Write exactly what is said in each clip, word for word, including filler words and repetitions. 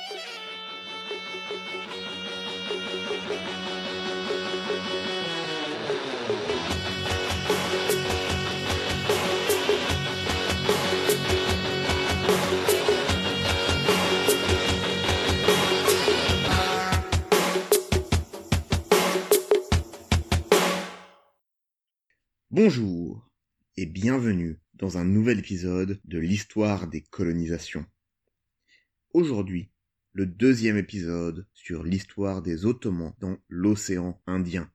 Bonjour et bienvenue dans un nouvel épisode de l'histoire des colonisations. Aujourd'hui, le deuxième épisode sur l'histoire des Ottomans dans l'océan Indien.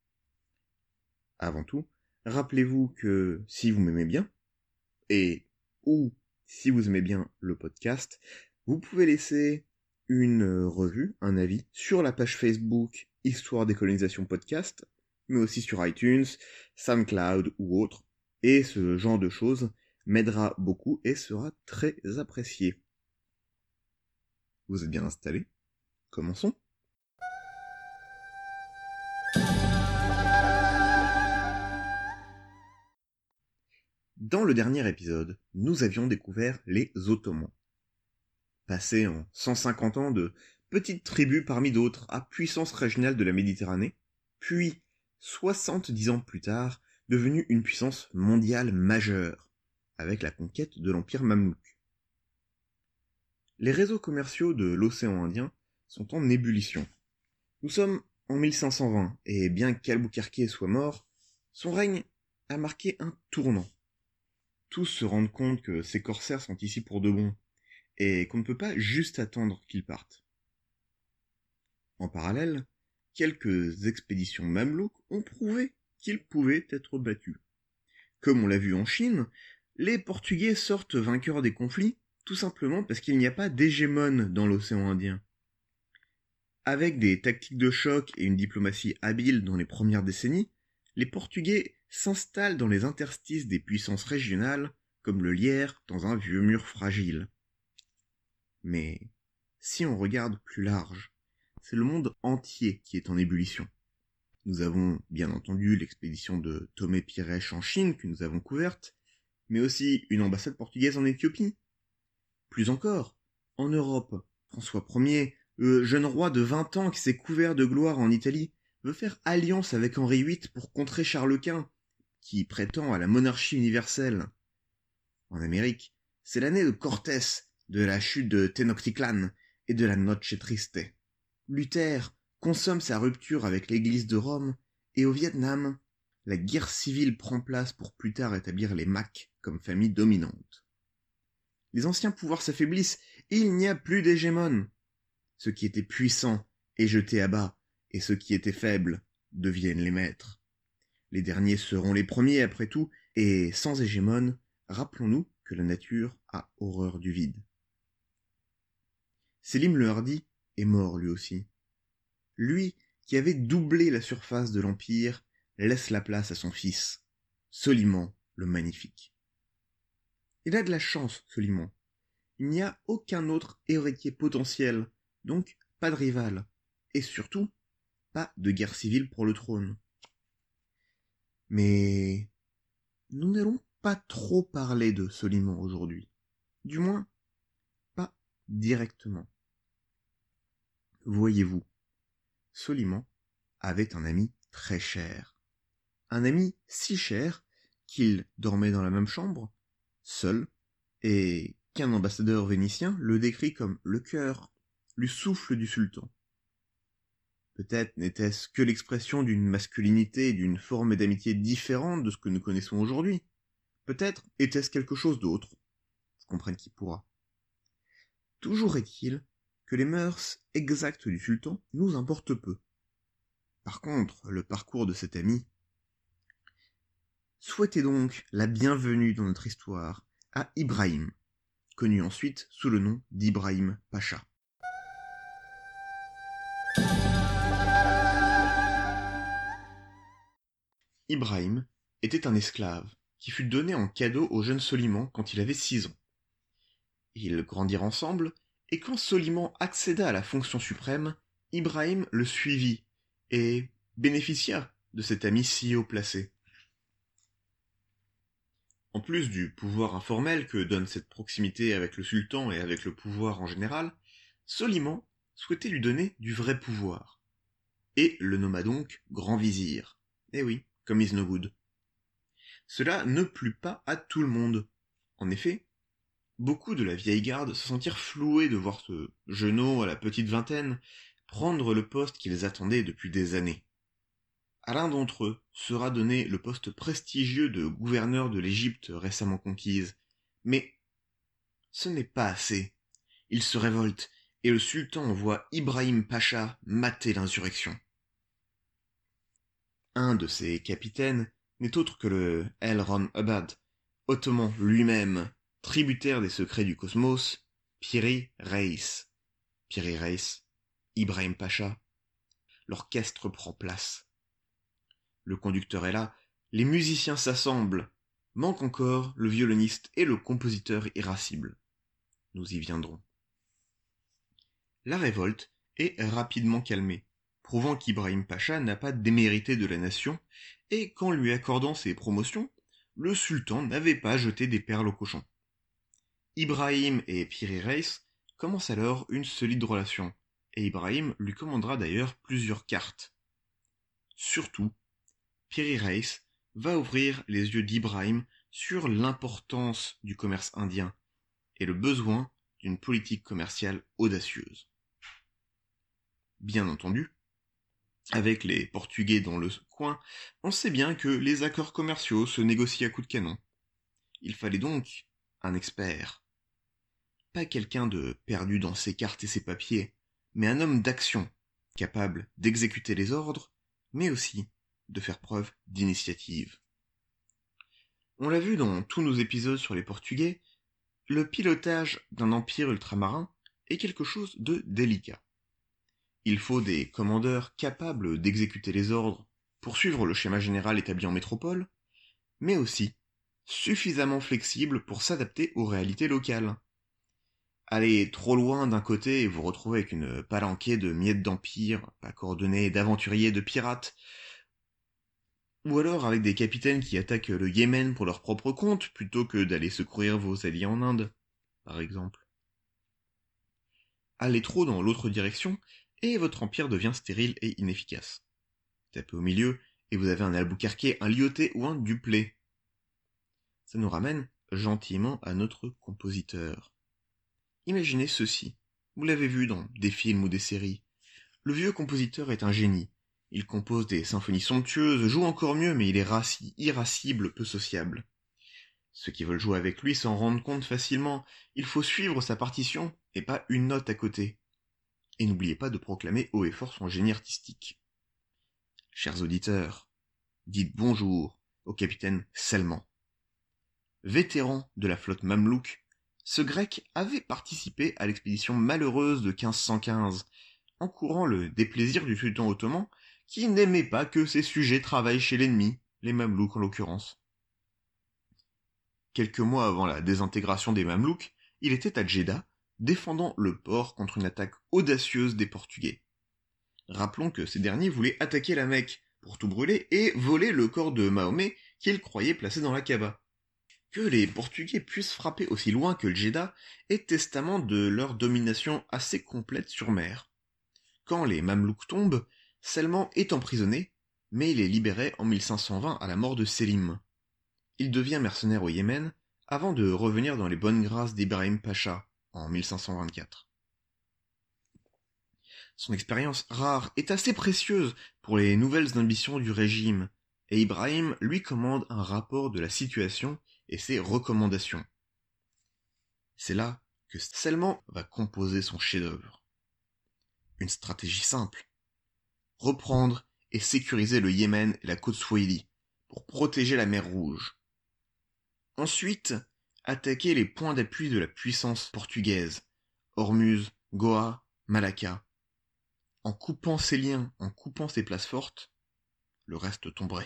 Avant tout, rappelez-vous que si vous m'aimez bien, et ou si vous aimez bien le podcast, vous pouvez laisser une revue, un avis, sur la page Facebook Histoire des colonisations podcast, mais aussi sur iTunes, SoundCloud ou autre, et ce genre de choses m'aidera beaucoup et sera très apprécié. Vous êtes bien installés ? Commençons. Dans le dernier épisode, nous avions découvert les Ottomans. Passés en cent cinquante ans de petites tribus parmi d'autres à puissance régionale de la Méditerranée, puis soixante-dix ans plus tard, devenue une puissance mondiale majeure, avec la conquête de l'Empire mamelouk. Les réseaux commerciaux de l'océan Indien sont en ébullition. Nous sommes en mille cinq cent vingt, et bien qu'Albuquerque soit mort, son règne a marqué un tournant. Tous se rendent compte que ces corsaires sont ici pour de bon, et qu'on ne peut pas juste attendre qu'ils partent. En parallèle, quelques expéditions mamelouks ont prouvé qu'ils pouvaient être battus. Comme on l'a vu en Chine, les Portugais sortent vainqueurs des conflits, tout simplement parce qu'il n'y a pas d'hégémone dans l'océan Indien. Avec des tactiques de choc et une diplomatie habile dans les premières décennies, les Portugais s'installent dans les interstices des puissances régionales, comme le lierre dans un vieux mur fragile. Mais si on regarde plus large, c'est le monde entier qui est en ébullition. Nous avons bien entendu l'expédition de Tomé Pirech en Chine que nous avons couverte, mais aussi une ambassade portugaise en Éthiopie. Plus encore, en Europe, François Ier, le jeune roi de vingt ans qui s'est couvert de gloire en Italie, veut faire alliance avec Henri huit pour contrer Charles Quint, qui prétend à la monarchie universelle. En Amérique, c'est l'année de Cortés, de la chute de Tenochtitlan et de la Noche Triste. Luther consomme sa rupture avec l'église de Rome, et au Vietnam, la guerre civile prend place pour plus tard établir les Macs comme famille dominante. Les anciens pouvoirs s'affaiblissent, et il n'y a plus d'hégémone. Ceux qui étaient puissants est jeté à bas, et ceux qui étaient faibles deviennent les maîtres. Les derniers seront les premiers après tout, et sans hégémone, rappelons-nous que la nature a horreur du vide. Sélim le Hardi est mort lui aussi. Lui, qui avait doublé la surface de l'Empire, laisse la place à son fils, Soliman le Magnifique. Il a de la chance, Soliman. Il n'y a aucun autre héritier potentiel, donc pas de rival, et surtout, pas de guerre civile pour le trône. Mais nous n'allons pas trop parler de Soliman aujourd'hui, du moins, pas directement. Voyez-vous, Soliman avait un ami très cher. Un ami si cher qu'il dormait dans la même chambre, seul, et qu'un ambassadeur vénitien le décrit comme le cœur, le souffle du sultan. Peut-être n'était-ce que l'expression d'une masculinité et d'une forme d'amitié différente de ce que nous connaissons aujourd'hui. Peut-être était-ce quelque chose d'autre. Comprenne qui pourra. Toujours est-il que les mœurs exactes du sultan nous importent peu. Par contre, le parcours de cet ami... Souhaitez donc la bienvenue dans notre histoire à Ibrahim, connu ensuite sous le nom d'Ibrahim Pacha. Ibrahim était un esclave qui fut donné en cadeau au jeune Soliman quand il avait six ans. Ils grandirent ensemble, et quand Soliman accéda à la fonction suprême, Ibrahim le suivit et bénéficia de cet ami si haut placé. En plus du pouvoir informel que donne cette proximité avec le sultan et avec le pouvoir en général, Soliman souhaitait lui donner du vrai pouvoir, et le nomma donc grand vizir. Eh oui, comme Isnogoud. Cela ne plut pas à tout le monde. En effet, beaucoup de la vieille garde se sentirent floués de voir ce genou à la petite vingtaine prendre le poste qu'ils attendaient depuis des années. À l'un d'entre eux sera donné le poste prestigieux de gouverneur de l'Égypte récemment conquise. Mais ce n'est pas assez. Il se révolte et le sultan envoie Ibrahim Pacha mater l'insurrection. Un de ses capitaines n'est autre que le Elron Abad, ottoman lui-même, tributaire des secrets du cosmos, Piri Reis. Piri Reis, Ibrahim Pacha. L'orchestre prend place. Le conducteur est là, les musiciens s'assemblent. Manque encore le violoniste et le compositeur irascible. Nous y viendrons. La révolte est rapidement calmée, prouvant qu'Ibrahim Pacha n'a pas démérité de la nation, et qu'en lui accordant ses promotions, le sultan n'avait pas jeté des perles au cochon. Ibrahim et Piri Reis commencent alors une solide relation, et Ibrahim lui commandera d'ailleurs plusieurs cartes. Surtout, Piri Reis va ouvrir les yeux d'Ibrahim sur l'importance du commerce indien et le besoin d'une politique commerciale audacieuse. Bien entendu, avec les Portugais dans le coin, on sait bien que les accords commerciaux se négocient à coups de canon. Il fallait donc un expert. Pas quelqu'un de perdu dans ses cartes et ses papiers, mais un homme d'action, capable d'exécuter les ordres, mais aussi de faire preuve d'initiative. On l'a vu dans tous nos épisodes sur les Portugais, le pilotage d'un empire ultramarin est quelque chose de délicat. Il faut des commandeurs capables d'exécuter les ordres pour suivre le schéma général établi en métropole, mais aussi suffisamment flexibles pour s'adapter aux réalités locales. Aller trop loin d'un côté et vous retrouver avec une palanquée de miettes d'empire, pas coordonnées d'aventuriers, de pirates, ou alors avec des capitaines qui attaquent le Yémen pour leur propre compte, plutôt que d'aller secourir vos alliés en Inde, par exemple. Allez trop dans l'autre direction, et votre empire devient stérile et inefficace. Tapez au milieu, et vous avez un Albuquerque, un Lyautey ou un Dupleix. Ça nous ramène gentiment à notre compositeur. Imaginez ceci. Vous l'avez vu dans des films ou des séries. Le vieux compositeur est un génie. Il compose des symphonies somptueuses, joue encore mieux, mais il est raci- irascible, peu sociable. Ceux qui veulent jouer avec lui s'en rendent compte facilement. Il faut suivre sa partition, et pas une note à côté. Et n'oubliez pas de proclamer haut et fort son génie artistique. Chers auditeurs, dites bonjour au capitaine Selman. Vétéran de la flotte mamelouk, ce grec avait participé à l'expédition malheureuse de quinze cent quinze, encourant le déplaisir du sultan ottoman, qui n'aimait pas que ses sujets travaillent chez l'ennemi, les mamelouks en l'occurrence. Quelques mois avant la désintégration des mamelouks, il était à Djeddah, défendant le port contre une attaque audacieuse des Portugais. Rappelons que ces derniers voulaient attaquer la Mecque pour tout brûler et voler le corps de Mahomet qu'ils croyaient placé dans la Kaaba. Que les Portugais puissent frapper aussi loin que le Djeddah est testament de leur domination assez complète sur mer. Quand les Mamelouks tombent, Selman est emprisonné, mais il est libéré en mille cinq cent vingt à la mort de Sélim. Il devient mercenaire au Yémen avant de revenir dans les bonnes grâces d'Ibrahim Pacha en mille cinq cent vingt-quatre. Son expérience rare est assez précieuse pour les nouvelles ambitions du régime, et Ibrahim lui commande un rapport de la situation et ses recommandations. C'est là que Selman va composer son chef-d'œuvre. Une stratégie simple. Reprendre et sécuriser le Yémen et la côte Swahili pour protéger la mer Rouge. Ensuite, attaquer les points d'appui de la puissance portugaise, Ormuz, Goa, Malacca. En coupant ces liens, en coupant ces places fortes, le reste tomberait.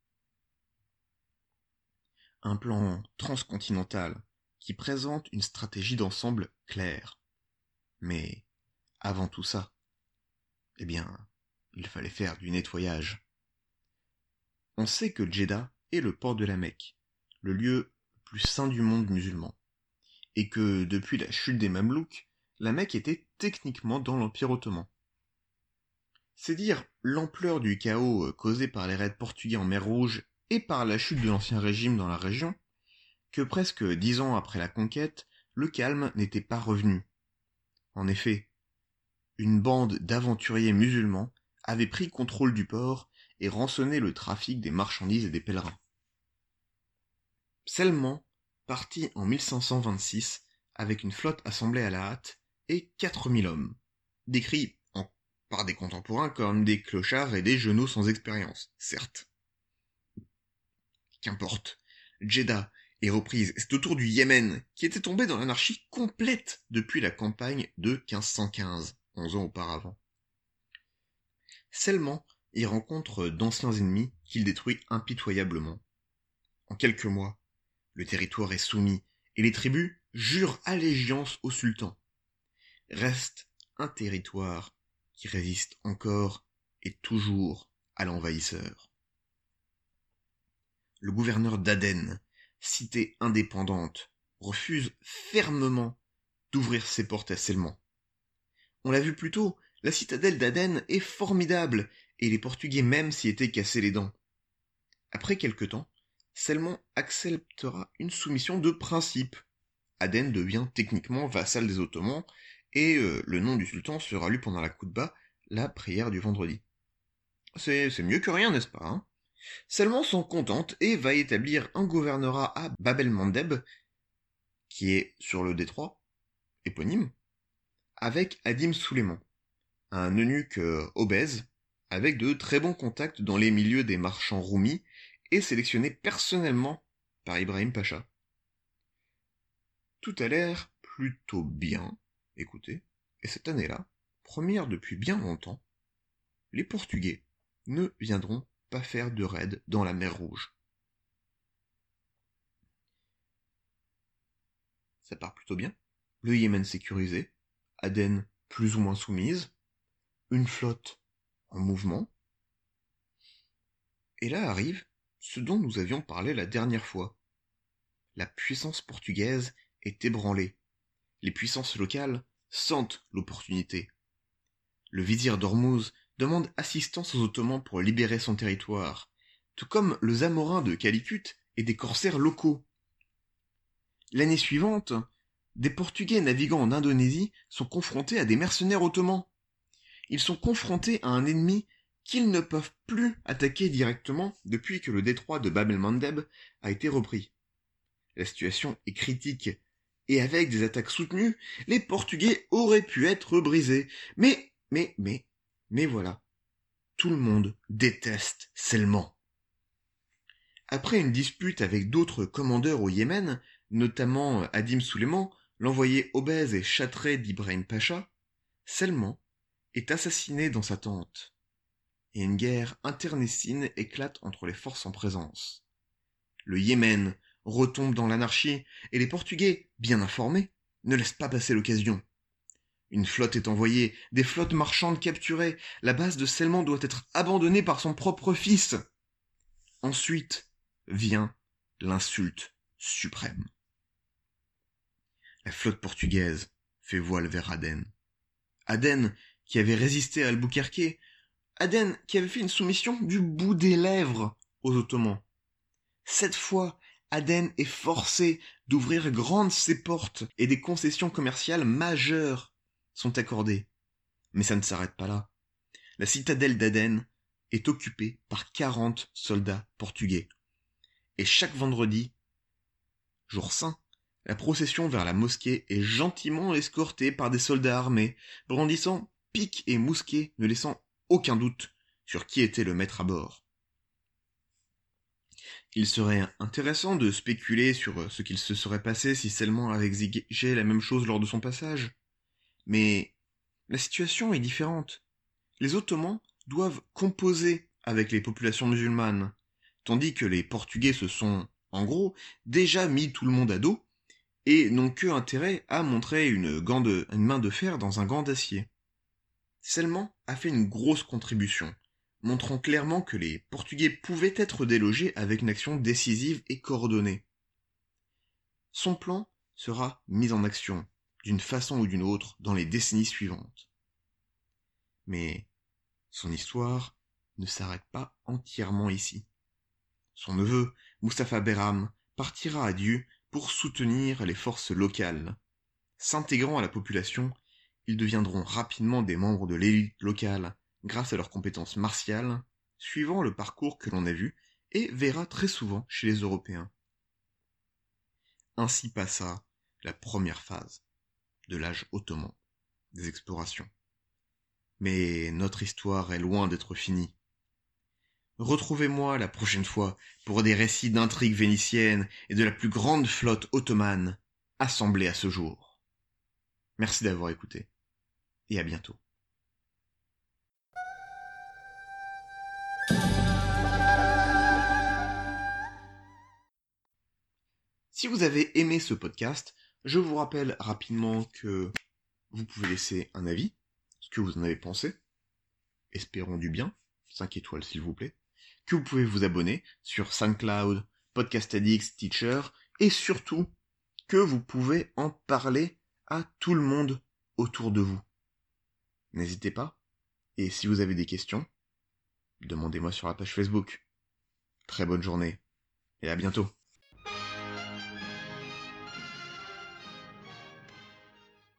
Un plan transcontinental qui présente une stratégie d'ensemble claire. Mais avant tout ça, eh bien, il fallait faire du nettoyage. On sait que Djeddah est le port de la Mecque, le lieu le plus saint du monde musulman, et que depuis la chute des Mamelouks, la Mecque était techniquement dans l'Empire ottoman. C'est dire l'ampleur du chaos causé par les raids portugais en mer Rouge et par la chute de l'ancien régime dans la région, que presque dix ans après la conquête, le calme n'était pas revenu. En effet, une bande d'aventuriers musulmans avait pris contrôle du port et rançonné le trafic des marchandises et des pèlerins. Selman partit en mille cinq cent vingt-six avec une flotte assemblée à la hâte et quatre mille hommes, décrits en, par des contemporains comme des clochards et des genoux sans expérience, certes. Qu'importe, Jeddah est reprise, c'est au tour du Yémen, qui était tombé dans l'anarchie complète depuis la campagne de quinze cent quinze, onze ans auparavant. Selman y rencontre d'anciens ennemis qu'il détruit impitoyablement. En quelques mois, le territoire est soumis et les tribus jurent allégeance au sultan. Reste un territoire qui résiste encore et toujours à l'envahisseur. Le gouverneur d'Aden, cité indépendante, refuse fermement d'ouvrir ses portes à Selman. On l'a vu plus tôt, la citadelle d'Aden est formidable et les Portugais même s'y étaient cassés les dents. Après quelque temps, Selman acceptera une soumission de principe. Aden devient techniquement vassal des Ottomans et euh, le nom du sultan sera lu pendant la khoutba, la prière du vendredi. C'est, c'est mieux que rien, n'est-ce pas, hein? Selman s'en contente et va établir un gouvernorat à Bab el-Mandeb, qui est sur le détroit, éponyme, avec Hadim Suleiman, un eunuque euh, obèse, avec de très bons contacts dans les milieux des marchands roumis, et sélectionné personnellement par Ibrahim Pacha. Tout a l'air plutôt bien, écoutez, et cette année-là, première depuis bien longtemps, les Portugais ne viendront pas faire de raid dans la mer Rouge. Ça part plutôt bien. Le Yémen sécurisé, Aden plus ou moins soumise, une flotte en mouvement. Et là arrive ce dont nous avions parlé la dernière fois. La puissance portugaise est ébranlée. Les puissances locales sentent l'opportunité. Le vizir d'Ormuz demande assistance aux Ottomans pour libérer son territoire, tout comme le Zamorin de Calicut et des corsaires locaux. L'année suivante, des Portugais naviguant en Indonésie sont confrontés à des mercenaires ottomans. Ils sont confrontés à un ennemi qu'ils ne peuvent plus attaquer directement depuis que le détroit de Bab el-Mandeb a été repris. La situation est critique, et avec des attaques soutenues, les Portugais auraient pu être brisés. Mais, mais, mais, mais voilà. Tout le monde déteste Selman. Après une dispute avec d'autres commandeurs au Yémen, notamment Hadim Suleiman, l'envoyé obèse et châtré d'Ibrahim Pacha, Selman est assassiné dans sa tente. Et une guerre internecine éclate entre les forces en présence. Le Yémen retombe dans l'anarchie, et les Portugais, bien informés, ne laissent pas passer l'occasion. Une flotte est envoyée, des flottes marchandes capturées, la base de Selman doit être abandonnée par son propre fils. Ensuite vient l'insulte suprême. La flotte portugaise fait voile vers Aden. Aden, qui avait résisté à Albuquerque, Aden, qui avait fait une soumission du bout des lèvres aux Ottomans. Cette fois, Aden est forcé d'ouvrir grandes ses portes et des concessions commerciales majeures sont accordées. Mais ça ne s'arrête pas là. La citadelle d'Aden est occupée par quarante soldats portugais. Et chaque vendredi, jour saint, la procession vers la mosquée est gentiment escortée par des soldats armés, brandissant piques et mousquets, ne laissant aucun doute sur qui était le maître à bord. Il serait intéressant de spéculer sur ce qu'il se serait passé si Selman avait exigé la même chose lors de son passage. Mais la situation est différente. Les Ottomans doivent composer avec les populations musulmanes, tandis que les Portugais se sont, en gros, déjà mis tout le monde à dos et n'ont que intérêt à montrer une, gant de, une main de fer dans un gant d'acier. Selman a fait une grosse contribution, montrant clairement que les Portugais pouvaient être délogés avec une action décisive et coordonnée. Son plan sera mis en action, d'une façon ou d'une autre dans les décennies suivantes. Mais son histoire ne s'arrête pas entièrement ici. Son neveu, Mustapha Behram, partira à Dieu pour soutenir les forces locales. S'intégrant à la population, ils deviendront rapidement des membres de l'élite locale grâce à leurs compétences martiales, suivant le parcours que l'on a vu et verra très souvent chez les Européens. Ainsi passa la première phase de l'âge ottoman, des explorations. Mais notre histoire est loin d'être finie. Retrouvez-moi la prochaine fois pour des récits d'intrigues vénitiennes et de la plus grande flotte ottomane assemblée à ce jour. Merci d'avoir écouté, et à bientôt. Si vous avez aimé ce podcast, je vous rappelle rapidement que vous pouvez laisser un avis, ce que vous en avez pensé, espérons du bien, cinq étoiles s'il vous plaît, que vous pouvez vous abonner sur SoundCloud, Podcast Addicts, Teacher, et surtout que vous pouvez en parler à tout le monde autour de vous. N'hésitez pas, et si vous avez des questions, demandez-moi sur la page Facebook. Très bonne journée, et à bientôt.